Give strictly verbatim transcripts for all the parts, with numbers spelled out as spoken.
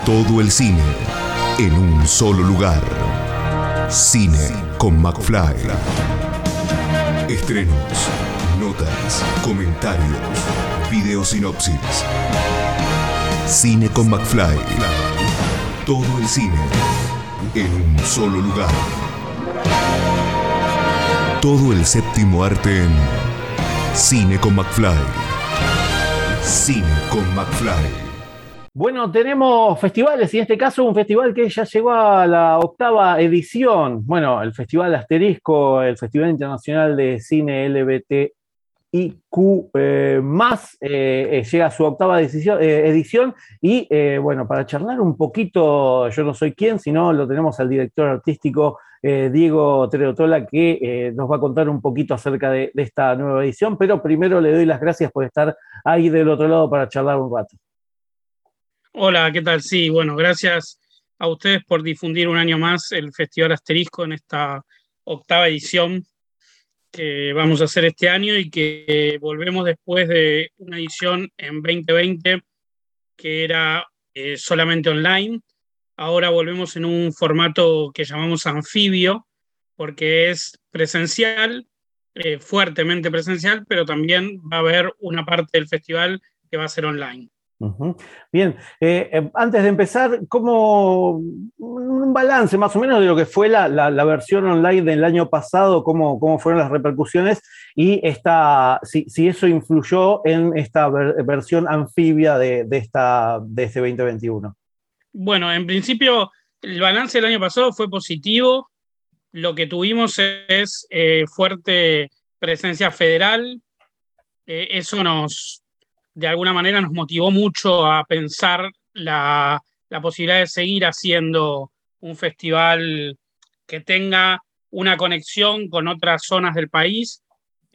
Todo el cine en un solo lugar. Cine con McFly. Estrenos, notas, comentarios, video sinopsis. Cine con McFly. Todo el cine en un solo lugar. Todo el séptimo arte en Cine con McFly. Cine con McFly. Bueno, tenemos festivales y en este caso un festival que ya llegó a la octava edición. Bueno, el Festival Asterisco, el Festival Internacional de Cine L G B T I Q eh, más, eh, eh, llega a su octava edición, eh, edición y eh, bueno, para charlar un poquito, yo no soy quien, sino lo tenemos al director artístico eh, Diego Trerotola, que eh, nos va a contar un poquito acerca de, de esta nueva edición, pero primero le doy las gracias por estar ahí del otro lado para charlar un rato. Hola, ¿qué tal? Sí, bueno, gracias a ustedes por difundir un año más el Festival Asterisco en esta octava edición que vamos a hacer este año y que volvemos después de una edición en veinte veinte que era eh, solamente online. Ahora volvemos en un formato que llamamos anfibio, porque es presencial, eh, fuertemente presencial, pero también va a haber una parte del festival que va a ser online. Uh-huh. Bien, eh, eh, antes de empezar, ¿cómo un balance más o menos de lo que fue la, la, la versión online del año pasado, cómo, cómo fueron las repercusiones y esta, si, si eso influyó en esta ver, versión anfibia de, de, esta, de este veinte veintiuno? Bueno, en principio el balance del año pasado fue positivo. Lo que tuvimos es eh, fuerte presencia federal. Eh, eso nos... de alguna manera nos motivó mucho a pensar la, la posibilidad de seguir haciendo un festival que tenga una conexión con otras zonas del país.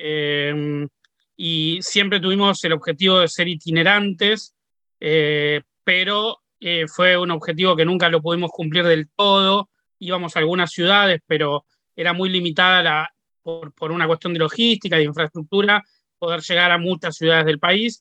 Eh, y siempre tuvimos el objetivo de ser itinerantes, eh, pero eh, fue un objetivo que nunca lo pudimos cumplir del todo. Íbamos a algunas ciudades, pero era muy limitada la, por, por una cuestión de logística, de infraestructura, poder llegar a muchas ciudades del país.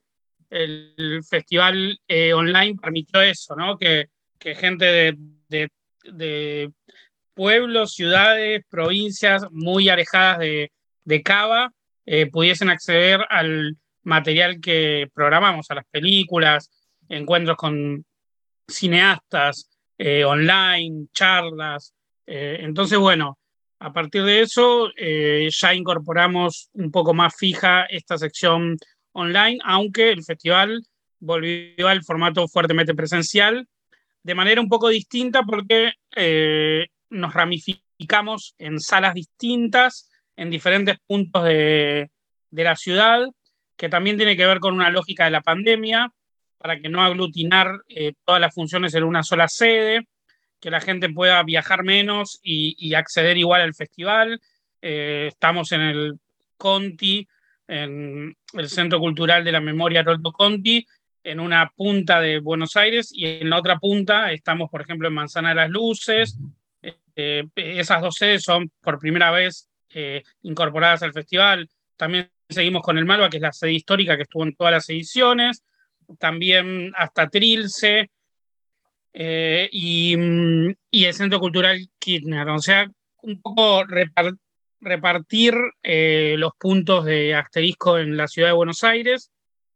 El festival eh, online permitió eso, ¿no? Que, que gente de, de, de pueblos, ciudades, provincias muy alejadas de, de Cava eh, pudiesen acceder al material que programamos, a las películas, encuentros con cineastas, eh, online, charlas. Eh, entonces, bueno, a partir de eso eh, ya incorporamos un poco más fija esta sección online, aunque el festival volvió al formato fuertemente presencial, de manera un poco distinta porque eh, nos ramificamos en salas distintas, en diferentes puntos de, de la ciudad, que también tiene que ver con una lógica de la pandemia, para que no aglutinar eh, todas las funciones en una sola sede, que la gente pueda viajar menos y, y acceder igual al festival. Eh, estamos en el Conti, en el Centro Cultural de la Memoria Aroldo Conti, en una punta de Buenos Aires, y en la otra punta estamos, por ejemplo, en Manzana de las Luces. Eh, esas dos sedes son por primera vez eh, incorporadas al festival. También seguimos con el Malva, que es la sede histórica que estuvo en todas las ediciones. También hasta Trilce eh, y, y el Centro Cultural Kirchner. O sea, un poco repartido repartir eh, los puntos de asterisco en la ciudad de Buenos Aires,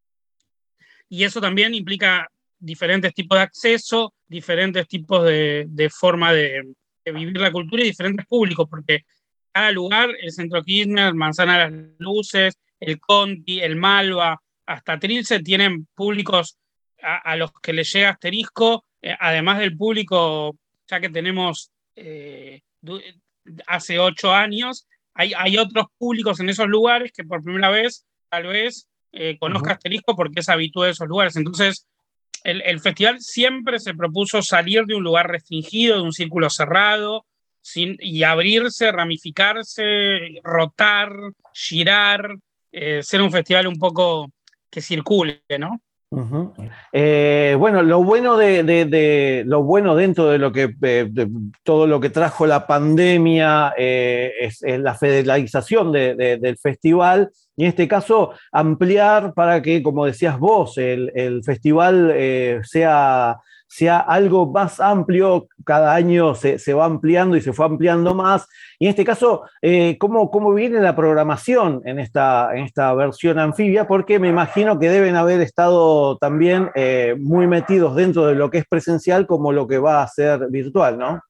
y eso también implica diferentes tipos de acceso, diferentes tipos de, de forma de, de vivir la cultura y diferentes públicos, porque cada lugar, el Centro Kirchner, Manzana de las Luces, el Conti, el Malva, hasta Trilce, tienen públicos a, a los que les llega asterisco, eh, además del público ya que tenemos eh, hace ocho años, hay, hay otros públicos en esos lugares que por primera vez tal vez eh, conozca uh-huh. asterisco porque es habitual de esos lugares. Entonces el, el festival siempre se propuso salir de un lugar restringido, de un círculo cerrado, sin, y abrirse, ramificarse, rotar, girar, eh, ser un festival un poco que circule, ¿no? Uh-huh. Eh, bueno, lo bueno de, de, de lo bueno dentro de lo que eh, de todo lo que trajo la pandemia eh, es, es la federalización de, de, del festival, y en este caso ampliar para que, como decías vos, el, el festival eh, sea sea algo más amplio, cada año se, se va ampliando y se fue ampliando más. Y en este caso, eh, ¿cómo, ¿cómo viene la programación en esta, en esta versión anfibia? Porque me imagino que deben haber estado también eh, muy metidos dentro de lo que es presencial como lo que va a ser virtual, ¿no?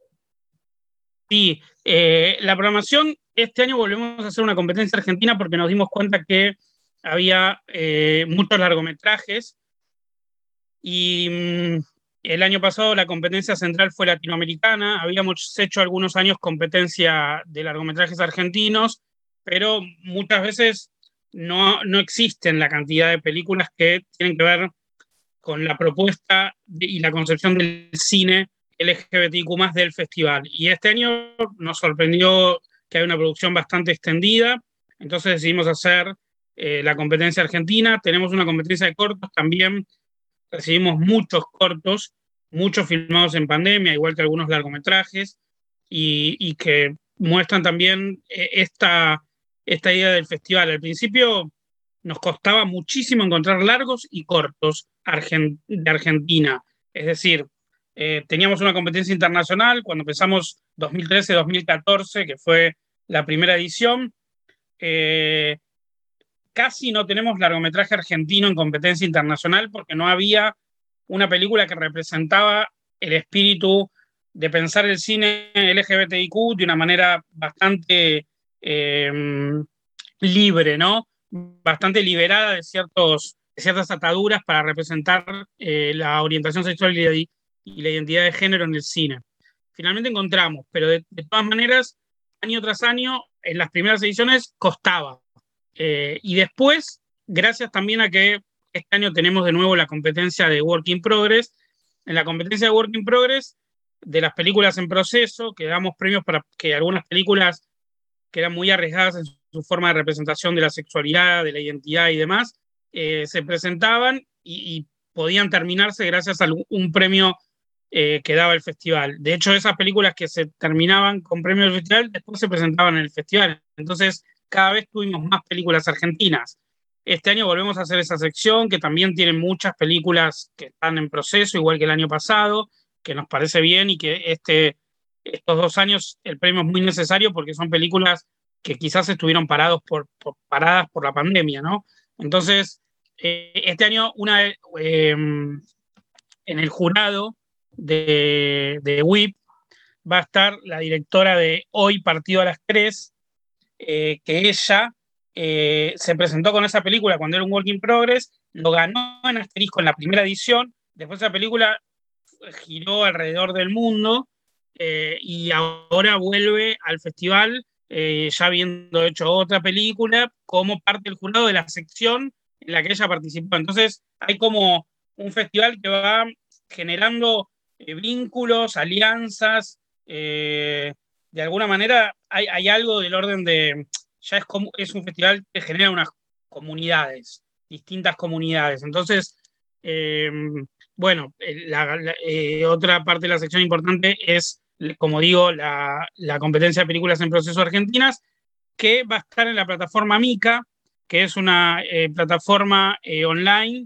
Sí, eh, la programación, este año volvemos a hacer una competencia argentina porque nos dimos cuenta que había eh, muchos largometrajes y mmm, el año pasado la competencia central fue latinoamericana, habíamos hecho algunos años competencia de largometrajes argentinos, pero muchas veces no, no existen la cantidad de películas que tienen que ver con la propuesta y la concepción del cine L G B T I Q más del festival. Y este año nos sorprendió que hay una producción bastante extendida, entonces decidimos hacer eh, la competencia argentina. Tenemos una competencia de cortos también, recibimos muchos cortos, muchos filmados en pandemia, igual que algunos largometrajes, y, y que muestran también eh, esta, esta idea del festival. Al principio nos costaba muchísimo encontrar largos y cortos argent de Argentina. Es decir, eh, teníamos una competencia internacional cuando empezamos dos mil trece dos mil catorce, que fue la primera edición. Eh, casi no tenemos largometraje argentino en competencia internacional porque no había una película que representaba el espíritu de pensar el cine L G B T I Q de una manera bastante eh, libre, ¿no? Bastante liberada de, ciertos, de ciertas ataduras para representar eh, la orientación sexual y la, y la identidad de género en el cine. Finalmente encontramos, pero de, de todas maneras, año tras año, en las primeras ediciones costaba. Eh, y después, gracias también a que este año tenemos de nuevo la competencia de Work in Progress, en la competencia de Work in Progress, de las películas en proceso, que damos premios para que algunas películas que eran muy arriesgadas en su forma de representación de la sexualidad, de la identidad y demás, eh, se presentaban y, y podían terminarse gracias a un premio eh, que daba el festival. De hecho, esas películas que se terminaban con premios del festival, después se presentaban en el festival. Entonces, cada vez tuvimos más películas argentinas. Este año volvemos a hacer esa sección, que también tiene muchas películas que están en proceso, igual que el año pasado, que nos parece bien y que este, estos dos años el premio es muy necesario porque son películas que quizás estuvieron parados por, por, paradas por la pandemia, ¿no? Entonces, eh, este año una, eh, en el jurado de, de W I P va a estar la directora de Hoy Partido a las tres, eh, que ella eh, se presentó con esa película cuando era un Work in Progress, lo ganó en Asterisco en la primera edición, después esa película giró alrededor del mundo eh, y ahora vuelve al festival eh, ya habiendo hecho otra película como parte del jurado de la sección en la que ella participó. Entonces hay como un festival que va generando eh, vínculos, alianzas, eh, de alguna manera hay, hay algo del orden de, ya es, como, es un festival que genera unas comunidades, distintas comunidades. Entonces, eh, bueno, la, la, eh, otra parte de la sección importante es, como digo, la, la competencia de películas en proceso argentinas, que va a estar en la plataforma Mica, que es una eh, plataforma eh, online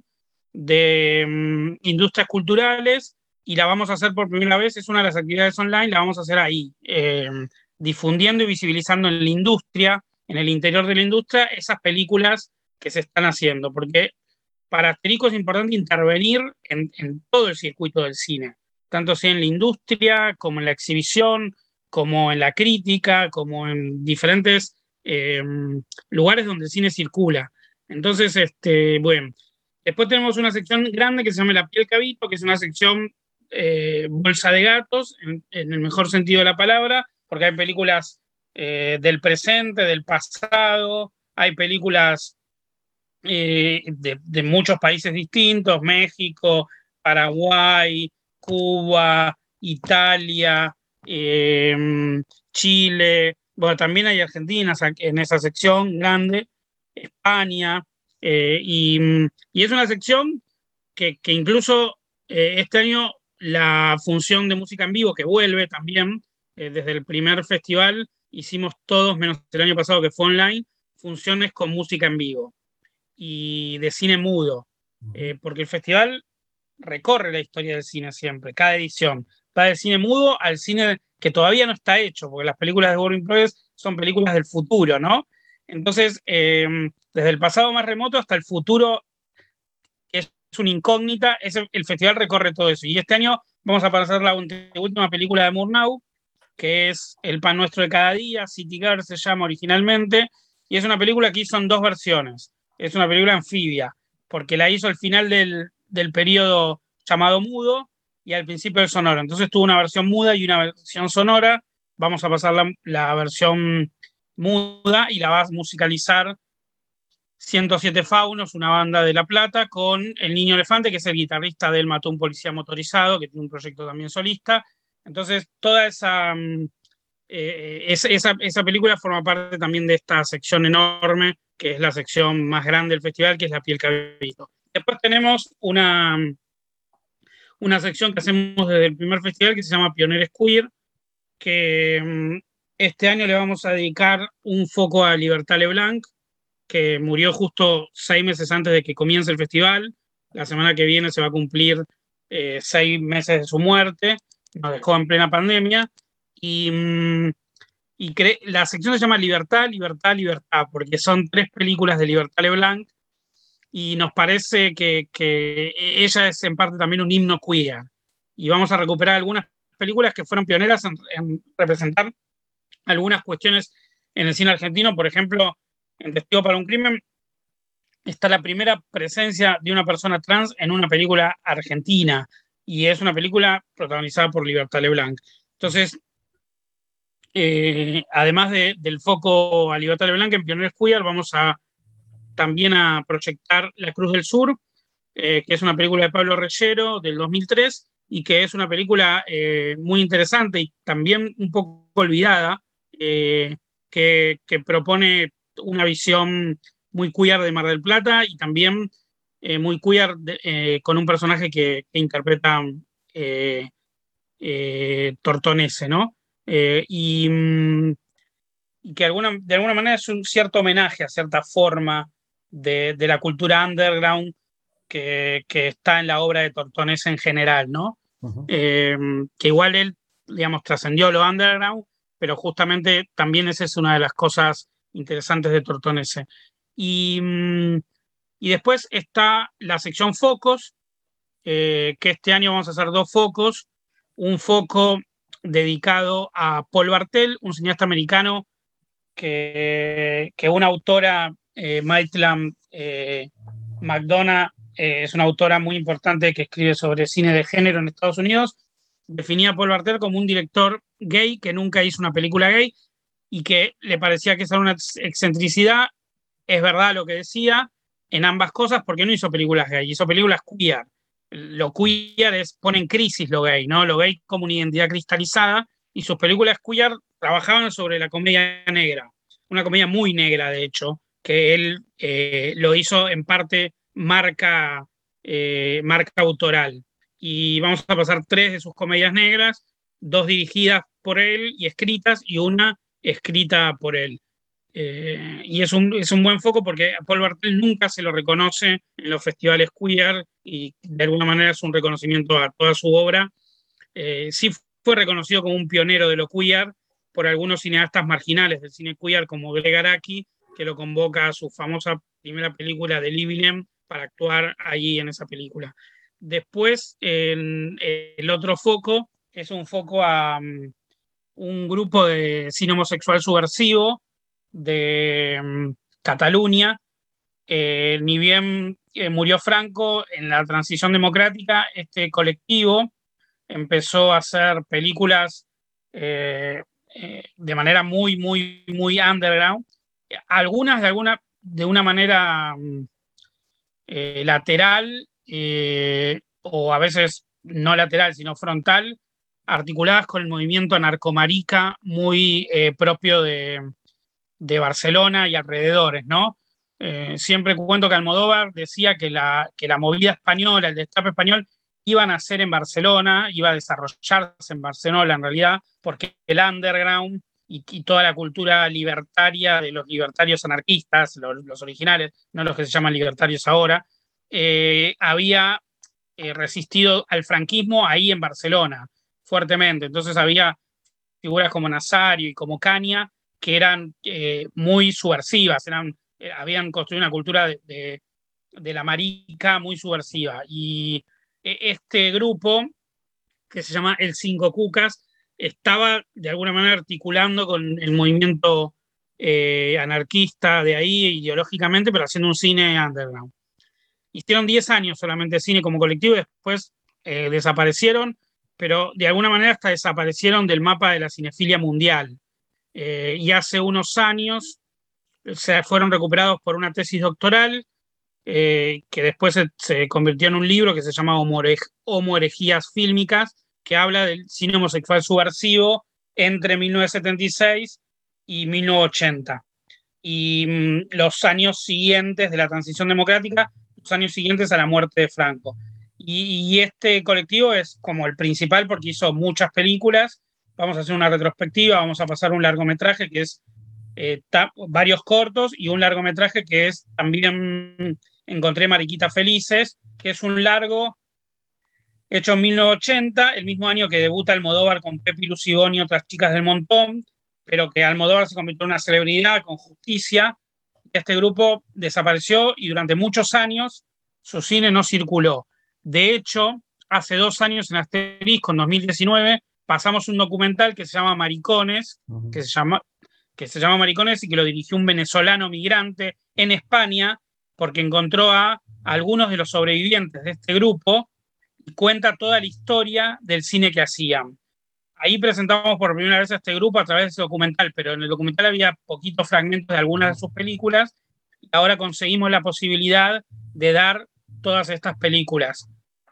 de um, industrias culturales, y la vamos a hacer por primera vez, es una de las actividades online, la vamos a hacer ahí, eh, difundiendo y visibilizando en la industria, en el interior de la industria, esas películas que se están haciendo, porque para Asterisco es importante intervenir en, en todo el circuito del cine, tanto sea en la industria, como en la exhibición, como en la crítica, como en diferentes eh, lugares donde el cine circula. Entonces, este, bueno, después tenemos una sección grande que se llama La piel cabito, que es una sección eh, bolsa de gatos, en, en el mejor sentido de la palabra, porque hay películas eh, del presente, del pasado, hay películas eh, de, de muchos países distintos, México, Paraguay, Cuba, Italia, eh, Chile, bueno, también hay argentinas en esa sección grande, España, eh, y, y es una sección que, que incluso eh, este año la función de música en vivo, que vuelve también, eh, desde el primer festival, hicimos todos, menos el año pasado que fue online, funciones con música en vivo y de cine mudo, eh, porque el festival recorre la historia del cine siempre, cada edición. Va del cine mudo al cine que todavía no está hecho, porque las películas de Work in Progress son películas del futuro, ¿no? Entonces, eh, desde el pasado más remoto hasta el futuro, que es una incógnita, es el, el festival recorre todo eso. Y este año vamos a pasar la última película de Murnau, que es El pan nuestro de cada día, City Girl se llama originalmente, y es una película que hizo en dos versiones. Es una película anfibia, porque la hizo al final del, del periodo llamado mudo y al principio del sonoro. Entonces tuvo una versión muda y una versión sonora. Vamos a pasar la, la versión muda y la va a musicalizar ciento siete Faunos, una banda de La Plata, con El Niño Elefante, que es el guitarrista de Él mató a un policía motorizado, que tiene un proyecto también solista. Entonces, toda esa, eh, esa, esa película forma parte también de esta sección enorme, que es la sección más grande del festival, que es La piel cabello. Después tenemos una, una sección que hacemos desde el primer festival, que se llama Pioneros Queer, que este año le vamos a dedicar un foco a Libertad Leblanc, que murió justo seis meses antes de que comience el festival. La semana que viene se va a cumplir eh, seis meses de su muerte. Nos dejó en plena pandemia. Y, y cre- la sección se llama Libertad, Libertad, Libertad, porque son tres películas de Libertad Leblanc. Y nos parece que, que ella es en parte también un himno queer. Y vamos a recuperar algunas películas que fueron pioneras en, en representar algunas cuestiones en el cine argentino. Por ejemplo, en Testigo para un crimen está la primera presencia de una persona trans en una película argentina, y es una película protagonizada por Libertad Leblanc. Entonces, eh, además de, del foco a Libertad Leblanc en Pioneros Queer, vamos a también a proyectar La Cruz del Sur, eh, que es una película de Pablo Reyero del dos mil tres, y que es una película eh, muy interesante y también un poco olvidada, eh, que, que propone una visión muy queer de Mar del Plata y también eh, muy queer de, eh, con un personaje que, que interpreta eh, eh, Tortonese, ¿no? Eh, y, y que alguna, de alguna manera es un cierto homenaje a cierta forma de, de la cultura underground que, que está en la obra de Tortonese en general, ¿no? Uh-huh. Eh, que igual él, digamos, trascendió lo underground, pero justamente también esa es una de las cosas interesantes de Tortonese. Y, y después está la sección focos, eh, que este año vamos a hacer dos focos. Un foco dedicado a Paul Bartel, un cineasta americano que, que una autora, eh, Maitland eh, McDonough, eh, es una autora muy importante que escribe sobre cine de género en Estados Unidos, definía a Paul Bartel como un director gay que nunca hizo una película gay y que le parecía que esa era una excentricidad. Es verdad lo que decía en ambas cosas, porque no hizo películas gay, hizo películas queer. Lo queer es, pone en crisis lo gay, ¿no? Lo gay como una identidad cristalizada, y sus películas queer trabajaban sobre la comedia negra, una comedia muy negra, de hecho, que él eh, lo hizo en parte marca, eh, marca autoral. Y vamos a pasar tres de sus comedias negras, dos dirigidas por él y escritas, y una escrita por él. Eh, y es un, es un buen foco porque a Paul Bartel nunca se lo reconoce en los festivales queer, y de alguna manera es un reconocimiento a toda su obra. Eh, sí fue reconocido como un pionero de lo queer por algunos cineastas marginales del cine queer, como Greg Araki, que lo convoca a su famosa primera película de Livilem para actuar allí en esa película. Después, el, el otro foco es un foco a um, un grupo de cine homosexual subversivo de um, Cataluña. Eh, ni bien eh, murió Franco, en la transición democrática, este colectivo empezó a hacer películas eh, eh, de manera muy, muy, muy underground. Algunas de, alguna, de una manera eh, lateral, eh, o a veces no lateral, sino frontal, articuladas con el movimiento anarcomarica muy eh, propio de, de Barcelona y alrededores, ¿no? Eh, siempre cuento que Almodóvar decía que la, que la movida española, el destape español, iba a nacer en Barcelona, iba a desarrollarse en Barcelona en realidad, porque el underground y, y toda la cultura libertaria de los libertarios anarquistas, los, los originales, no los que se llaman libertarios ahora, eh, había eh, resistido al franquismo ahí en Barcelona, fuertemente. Entonces había figuras como Nazario y como Caña, que eran eh, muy subversivas, eran, eh, habían construido una cultura de, de, de la marica muy subversiva. Y eh, este grupo, que se llama El Cinco Cucas, estaba de alguna manera articulando con el movimiento eh, anarquista de ahí ideológicamente, pero haciendo un cine underground. Hicieron diez años solamente de cine como colectivo y después eh, desaparecieron, pero de alguna manera hasta desaparecieron del mapa de la cinefilia mundial. Eh, y hace unos años se fueron recuperados por una tesis doctoral eh, que después se, se convirtió en un libro que se llama Homoherejías Fílmicas, que habla del cine homosexual subversivo entre mil novecientos setenta y seis y mil novecientos ochenta. Y mmm, los años siguientes de la transición democrática, los años siguientes a la muerte de Franco. Y, y este colectivo es como el principal porque hizo muchas películas. Vamos a hacer una retrospectiva, vamos a pasar un largometraje que es eh, varios cortos y un largometraje que es también Encontré Mariquitas Felices, que es un largo hecho en mil novecientos ochenta, el mismo año que debuta Almodóvar con Pepi Lucibón y Otras chicas del montón, pero que Almodóvar se convirtió en una celebridad con Justicia. Este grupo desapareció y durante muchos años su cine no circuló. De hecho, hace dos años en Asterisco, en dos mil diecinueve, pasamos un documental que se llama Maricones, uh-huh. que, se llama, que se llama Maricones y que lo dirigió un venezolano migrante en España, porque encontró a algunos de los sobrevivientes de este grupo y cuenta toda la historia del cine que hacían. Ahí presentamos por primera vez a este grupo a través de ese documental, pero en el documental había poquitos fragmentos de algunas de sus películas y ahora conseguimos la posibilidad de dar todas estas películas.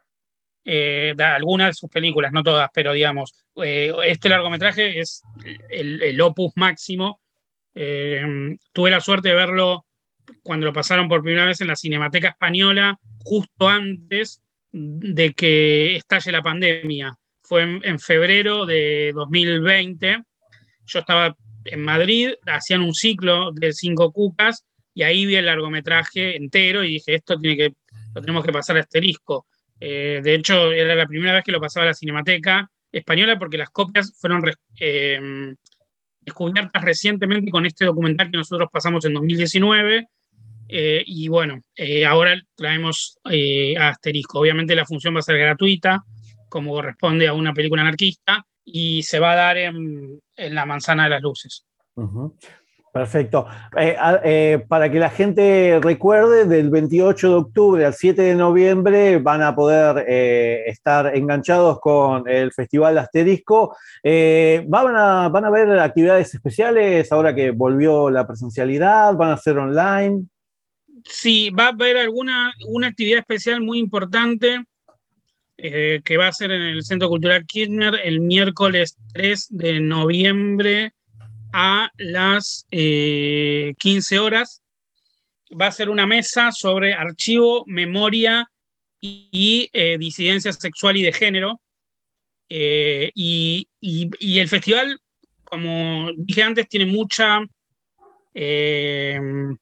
Eh, de algunas de sus películas, no todas, pero digamos, eh, este largometraje es el, el opus máximo. Eh, tuve la suerte de verlo cuando lo pasaron por primera vez en la Cinemateca Española, justo antes de que estalle la pandemia. Fue en, en febrero de dos mil veinte. Yo estaba en Madrid, hacían un ciclo de Cinco Cucas y ahí vi el largometraje entero y dije, esto tiene que, lo tenemos que pasar a Asterisco. Eh, de hecho, era la primera vez que lo pasaba a la Cinemateca Española porque las copias fueron eh, descubiertas recientemente con este documental que nosotros pasamos en dos mil diecinueve. Eh, y bueno, eh, ahora traemos eh, a Asterisco. Obviamente la función va a ser gratuita, como corresponde a una película anarquista, y se va a dar en, en la Manzana de las Luces. Uh-huh. Perfecto. Eh, eh, para que la gente recuerde, del veintiocho de octubre al siete de noviembre van a poder eh, estar enganchados con el Festival Asterisco. Eh, ¿van a, ¿Van a haber actividades especiales ahora que volvió la presencialidad? ¿Van a ser online? Sí, va a haber alguna una actividad especial muy importante eh, que va a ser en el Centro Cultural Kirchner el miércoles tres de noviembre a las eh, quince horas. Va a ser una mesa sobre archivo, memoria y, y eh, disidencia sexual y de género. Eh, y, y, y el festival, como dije antes, tiene mucha... Eh,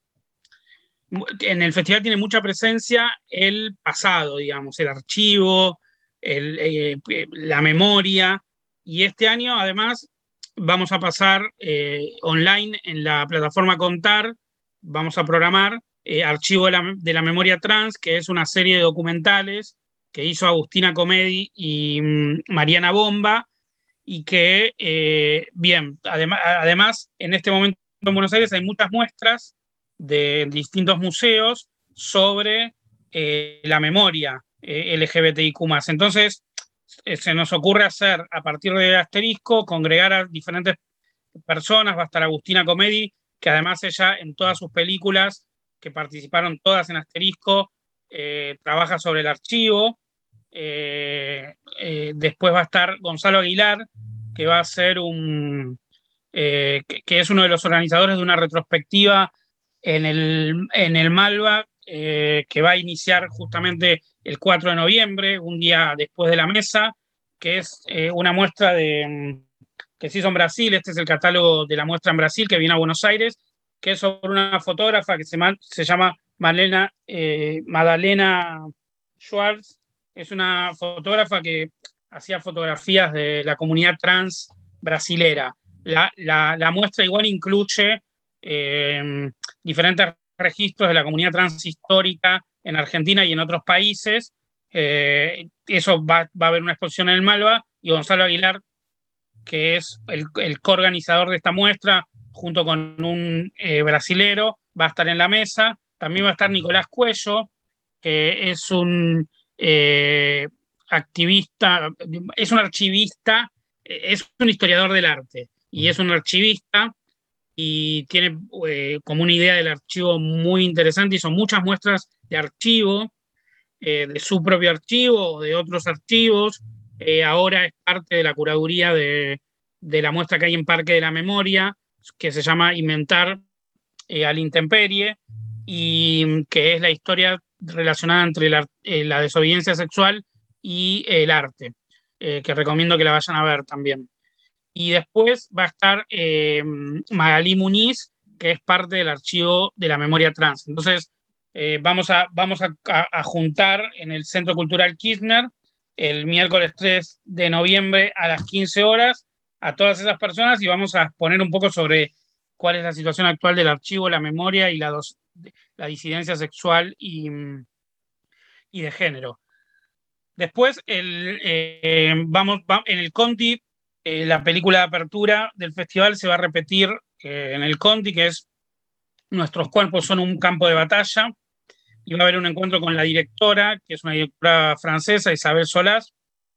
en el festival tiene mucha presencia el pasado, digamos, el archivo, el, eh, la memoria. Y este año, además, vamos a pasar eh, online en la plataforma Contar, vamos a programar eh, Archivo de la, de la Memoria Trans, que es una serie de documentales que hizo Agustina Comedi y mm, Mariana Bomba, y que, eh, bien, adem además, en este momento en Buenos Aires hay muchas muestras de distintos museos sobre eh, la memoria eh, L G B T I Q más. Entonces, eh, se nos ocurre hacer, a partir de Asterisco, congregar a diferentes personas. Va a estar Agustina Comedi, que además ella, en todas sus películas, que participaron todas en Asterisco, eh, trabaja sobre el archivo. Eh, eh, después va a estar Gonzalo Aguilar, que va a ser un... Eh, que, que es uno de los organizadores de una retrospectiva en el, en el Malva, eh, que va a iniciar justamente el cuatro de noviembre, un día después de la mesa, que es eh, una muestra de, que se hizo en Brasil. Este es el catálogo de la muestra en Brasil, que viene a Buenos Aires, que es sobre una fotógrafa que se, se llama Malena, eh, Madalena Schwartz, es una fotógrafa que hacía fotografías de la comunidad trans brasilera. La, la, la muestra igual incluye eh, diferentes registros de la comunidad trans histórica en Argentina y en otros países. Eh, eso va, va a haber una exposición en el Malva, y Gonzalo Aguilar, que es el, el coorganizador de esta muestra, junto con un eh, brasilero, va a estar en la mesa. También va a estar Nicolás Cuello, que es un eh, activista, es un archivista, es un historiador del arte, y es un archivista, y tiene eh, como una idea del archivo muy interesante, y son muchas muestras de archivo, eh, de su propio archivo o de otros archivos. Eh, ahora es parte de la curaduría de, de la muestra que hay en Parque de la Memoria, que se llama Inventar eh, a la Intemperie, y que es la historia relacionada entre la, eh, la desobediencia sexual y el arte, eh, que recomiendo que la vayan a ver también. Y después va a estar eh, Magalí Muniz, que es parte del archivo de la memoria trans. Entonces, eh, vamos, a, vamos a, a, a juntar en el Centro Cultural Kirchner el miércoles tres de noviembre a las quince horas a todas esas personas, y vamos a exponer un poco sobre cuál es la situación actual del archivo, la memoria y la, dos, la disidencia sexual y, y de género. Después, el, eh, vamos, va, en el Conti, eh, la película de apertura del festival se va a repetir eh, en el Conti, que es Nuestros cuerpos son un campo de batalla, y va a haber un encuentro con la directora, que es una directora francesa, Isabel Solás,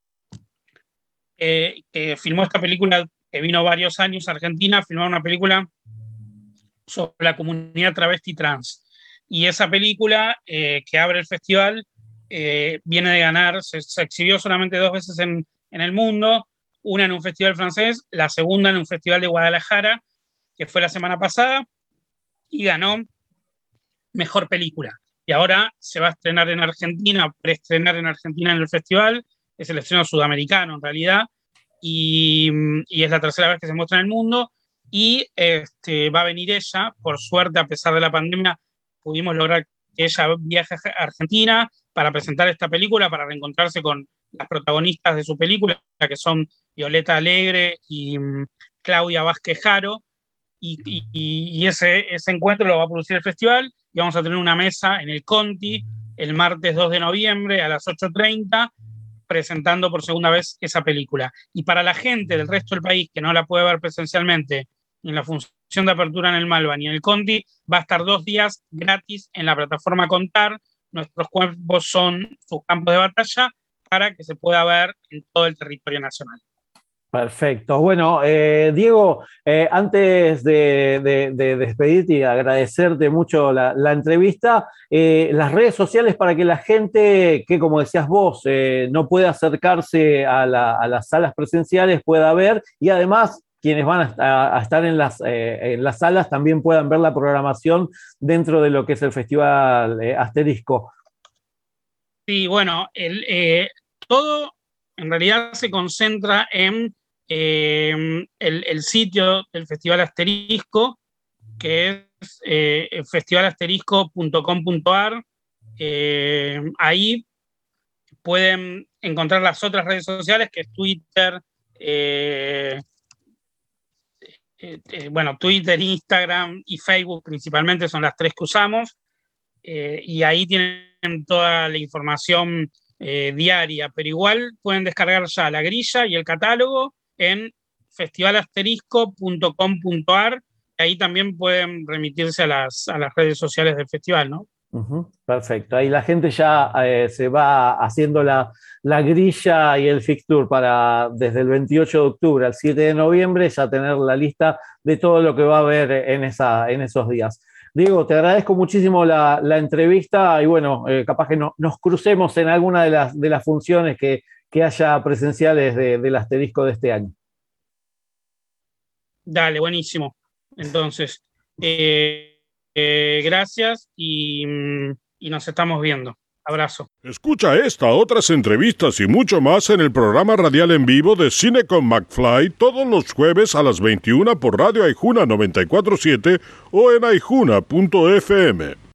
eh, que filmó esta película, que vino varios años a Argentina a filmar una película sobre la comunidad travesti trans. Y esa película eh, que abre el festival eh, viene de ganar, se, se exhibió solamente dos veces en, en el mundo, una en un festival francés, la segunda en un festival de Guadalajara, que fue la semana pasada, y ganó Mejor Película. Y ahora se va a estrenar en Argentina, preestrenar en Argentina en el festival, es el estreno sudamericano en realidad, y, y es la tercera vez que se muestra en el mundo, y este, va a venir ella, por suerte, a pesar de la pandemia, pudimos lograr que ella viaje a Argentina para presentar esta película, para reencontrarse con las protagonistas de su película, que son Violeta Alegre y um, Claudia Vázquez Jaro, y, y, y ese, ese encuentro lo va a producir el festival, y vamos a tener una mesa en el Conti el martes dos de noviembre a las ocho treinta, presentando por segunda vez esa película. Y para la gente del resto del país que no la puede ver presencialmente ni en la función de apertura en el Malva ni en el Conti, va a estar dos días gratis en la plataforma Contar. Nuestros cuerpos son sus campos de batalla, para que se pueda ver en todo el territorio nacional. Perfecto. Bueno, eh, Diego, eh, antes de, de, de despedirte y agradecerte mucho la, la entrevista, eh, las redes sociales para que la gente que, como decías vos, eh, no puede acercarse a, la, a las salas presenciales pueda ver, y además quienes van a, a estar en las, eh, en las salas también puedan ver la programación dentro de lo que es el Festival eh, Asterisco. Sí, bueno, el, eh, todo en realidad se concentra en Eh, el, el sitio del Festival Asterisco, que es eh, festival asterisco punto com punto a r. Eh, ahí pueden encontrar las otras redes sociales, que es Twitter, eh, eh, eh, bueno, Twitter, Instagram y Facebook principalmente son las tres que usamos, eh, y ahí tienen toda la información eh, diaria, pero igual pueden descargar ya la grilla y el catálogo en festival asterisco punto com punto a r. Ahí también pueden remitirse a las, a las redes sociales del festival, ¿no? Uh-huh, perfecto. Ahí la gente ya eh, se va haciendo la, la grilla y el fixture para desde el veintiocho de octubre al siete de noviembre ya tener la lista de todo lo que va a haber en, esa, en esos días. Diego, te agradezco muchísimo la, la entrevista, y bueno, eh, capaz que no, nos crucemos en alguna de las, de las funciones que, que haya presenciales de, del Asterisco de este año. Dale, buenísimo. Entonces, eh, eh, gracias y, y nos estamos viendo. Abrazo. Escucha esta, otras entrevistas y mucho más en el programa radial en vivo de Cine con McFly todos los jueves a las veintiuna por Radio Aijuna noventa y cuatro punto siete o en aijuna punto f m.